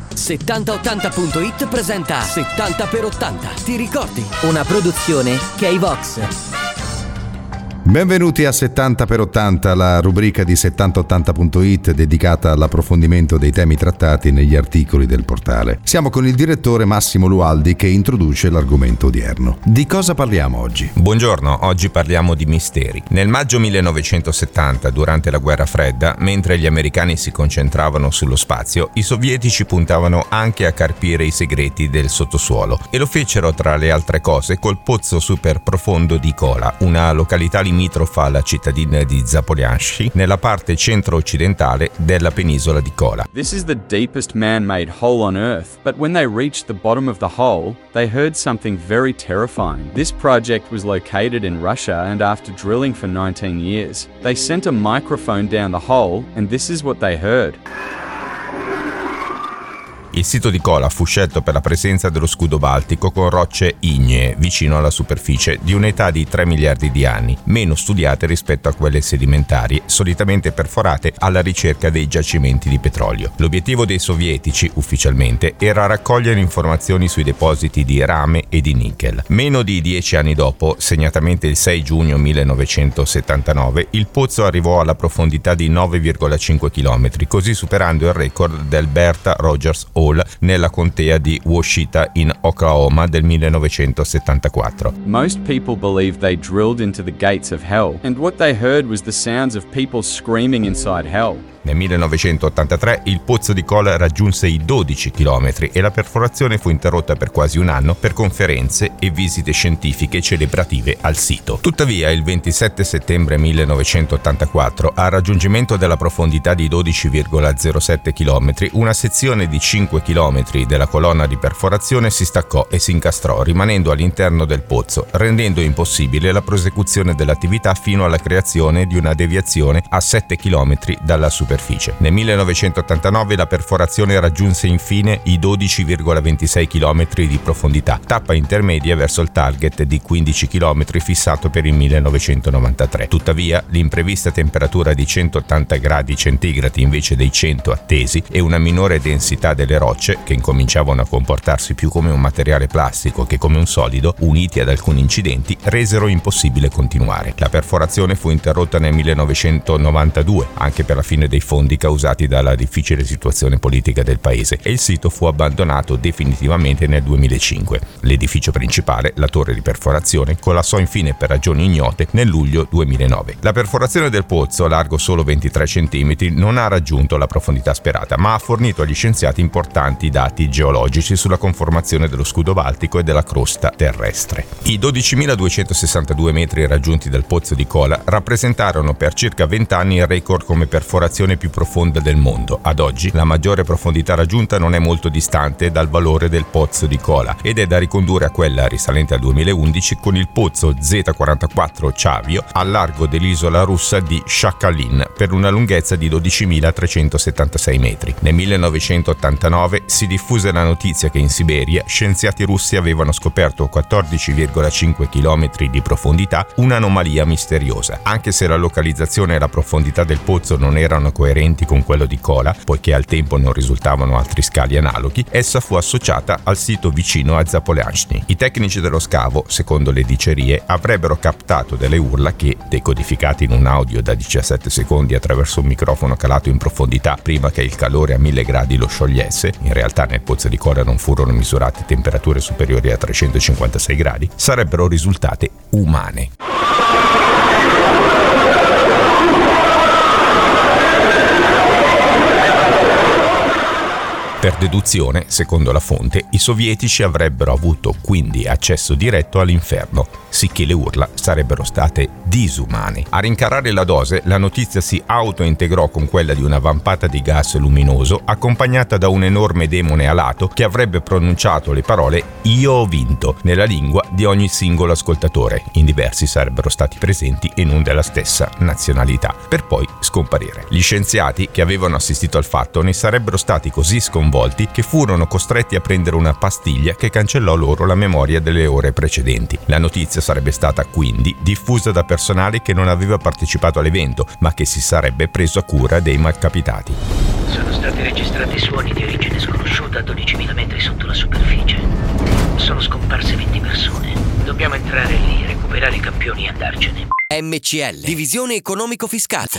7080.it presenta 70x80. Ti ricordi? Una produzione K-Vox. Benvenuti a 70x80, la rubrica di 7080.it dedicata all'approfondimento dei temi trattati negli articoli del portale. Siamo con il direttore Massimo Lualdi che introduce l'argomento odierno. Di cosa parliamo oggi? Buongiorno, oggi parliamo di misteri. Nel maggio 1970, durante la guerra fredda, mentre gli americani si concentravano sullo spazio, i sovietici puntavano anche a carpire i segreti del sottosuolo e lo fecero, tra le altre cose, col pozzo super profondo di Kola, una località limitrofa alla cittadina di Zapolyansky, nella parte centro-occidentale della penisola di Kola. This is the deepest man-made hole on Earth, but when they reached the bottom of the hole, they heard something very terrifying. This project was located in Russia, and after drilling for 19 years, they sent a microphone down the hole, and this is what they heard. Il sito di Kola fu scelto per la presenza dello scudo baltico con rocce ignee vicino alla superficie di un'età di 3 miliardi di anni, meno studiate rispetto a quelle sedimentarie, solitamente perforate alla ricerca dei giacimenti di petrolio. L'obiettivo dei sovietici, ufficialmente, era raccogliere informazioni sui depositi di rame e di nickel. Meno di 10 anni dopo, segnatamente il 6 giugno 1979, il pozzo arrivò alla profondità di 9,5 km, così superando il record del Bertha Rogers Hole nella contea di Ouachita in Oklahoma del 1974. Most people believe they drilled into the gates of hell, and what they heard was the sounds of people screaming inside hell. Nel 1983 il pozzo di Kola raggiunse i 12 km e la perforazione fu interrotta per quasi un anno per conferenze e visite scientifiche celebrative al sito. Tuttavia, il 27 settembre 1984, al raggiungimento della profondità di 12,07 km, una sezione di 5 km della colonna di perforazione si staccò e si incastrò, rimanendo all'interno del pozzo, rendendo impossibile la prosecuzione dell'attività fino alla creazione di una deviazione a 7 km dalla superficie. Nel 1989 la perforazione raggiunse infine i 12,26 km di profondità, tappa intermedia verso il target di 15 km fissato per il 1993. Tuttavia, l'imprevista temperatura di 180 gradi centigradi invece dei 100 attesi e una minore densità delle rocce, che incominciavano a comportarsi più come un materiale plastico che come un solido, uniti ad alcuni incidenti, resero impossibile continuare. La perforazione fu interrotta nel 1992, anche per la fine dei fondi causati dalla difficile situazione politica del paese, e il sito fu abbandonato definitivamente nel 2005. L'edificio principale, la torre di perforazione, collassò infine per ragioni ignote nel luglio 2009. La perforazione del pozzo, largo solo 23 cm, non ha raggiunto la profondità sperata, ma ha fornito agli scienziati importanti dati geologici sulla conformazione dello scudo baltico e della crosta terrestre. I 12.262 metri raggiunti dal pozzo di Kola rappresentarono per circa 20 anni il record come perforazione più profonda del mondo. Ad oggi la maggiore profondità raggiunta non è molto distante dal valore del pozzo di Kola ed è da ricondurre a quella risalente al 2011 con il pozzo Z44 Chavio al largo dell'isola russa di Sakhalin per una lunghezza di 12.376 metri. Nel 1989 si diffuse la notizia che in Siberia scienziati russi avevano scoperto a 14,5 km di profondità un'anomalia misteriosa. Anche se la localizzazione e la profondità del pozzo non erano coerenti con quello di Kola, poiché al tempo non risultavano altri scali analoghi, essa fu associata al sito vicino a Zapolyansky. I tecnici dello scavo, secondo le dicerie, avrebbero captato delle urla che, decodificate in un audio da 17 secondi attraverso un microfono calato in profondità prima che il calore a 1000 gradi lo sciogliesse, in realtà nel pozzo di Kola non furono misurate temperature superiori a 356 gradi, sarebbero risultate umane. Per deduzione, secondo la fonte, i sovietici avrebbero avuto quindi accesso diretto all'inferno, sicché le urla sarebbero state disumane. A rincarare la dose, la notizia si autointegrò con quella di una vampata di gas luminoso accompagnata da un enorme demone alato che avrebbe pronunciato le parole "Io ho vinto" nella lingua di ogni singolo ascoltatore. In diversi sarebbero stati presenti e non della stessa nazionalità, per poi scomparire. Gli scienziati che avevano assistito al fatto ne sarebbero stati così sconvolti che furono costretti a prendere una pastiglia che cancellò loro la memoria delle ore precedenti. La notizia sarebbe stata quindi diffusa da personale che non aveva partecipato all'evento, ma che si sarebbe preso a cura dei malcapitati. Sono stati registrati suoni di origine sconosciuta caduta a 12.000 metri sotto la superficie. Sono scomparse 20 persone. Dobbiamo entrare lì, recuperare i campioni e andarcene. MCL, divisione economico-fiscale.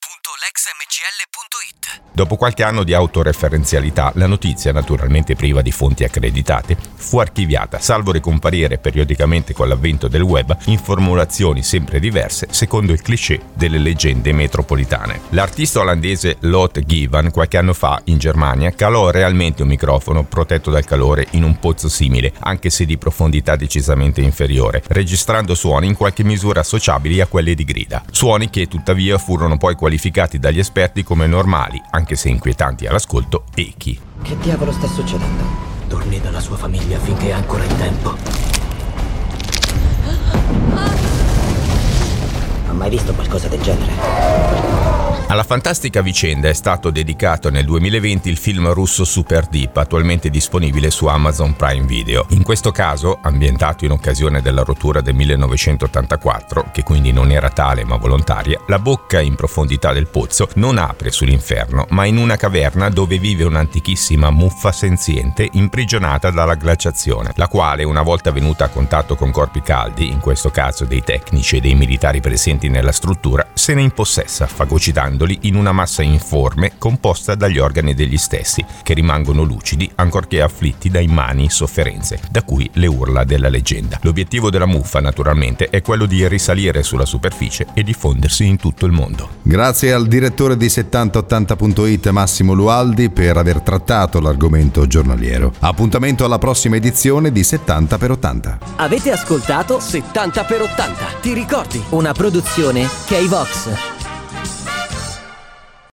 Dopo qualche anno di autoreferenzialità, la notizia, naturalmente priva di fonti accreditate, fu archiviata, salvo ricomparire periodicamente con l'avvento del web in formulazioni sempre diverse secondo il cliché delle leggende metropolitane. L'artista olandese Lot Givan qualche anno fa in Germania calò realmente un microfono protetto dal calore in un pozzo simile, anche se di profondità decisamente inferiore, registrando suoni in qualche misura associabili a quelli di grida. Suoni che tuttavia furono poi qualificati dagli esperti come normali, anche se inquietanti all'ascolto, echi. Che diavolo sta succedendo? Torni dalla sua famiglia finché è ancora in tempo. Ha mai visto qualcosa del genere? Alla fantastica vicenda è stato dedicato nel 2020 il film russo Super Deep, attualmente disponibile su Amazon Prime Video. In questo caso, ambientato in occasione della rottura del 1984, che quindi non era tale ma volontaria, la bocca in profondità del pozzo non apre sull'inferno, ma in una caverna dove vive un'antichissima muffa senziente imprigionata dalla glaciazione, la quale, una volta venuta a contatto con corpi caldi, in questo caso dei tecnici e dei militari presenti nella struttura, se ne impossessa, fagocitandoli in una massa informe composta dagli organi degli stessi, che rimangono lucidi ancorché afflitti da immani sofferenze, da cui le urla della leggenda. L'obiettivo della muffa, naturalmente, è quello di risalire sulla superficie e diffondersi in tutto il mondo. Grazie al direttore di 7080.it Massimo Lualdi per aver trattato l'argomento giornaliero. Appuntamento alla prossima edizione di 70x80. Avete ascoltato 70x80, ti ricordi? una produzione K-Vox.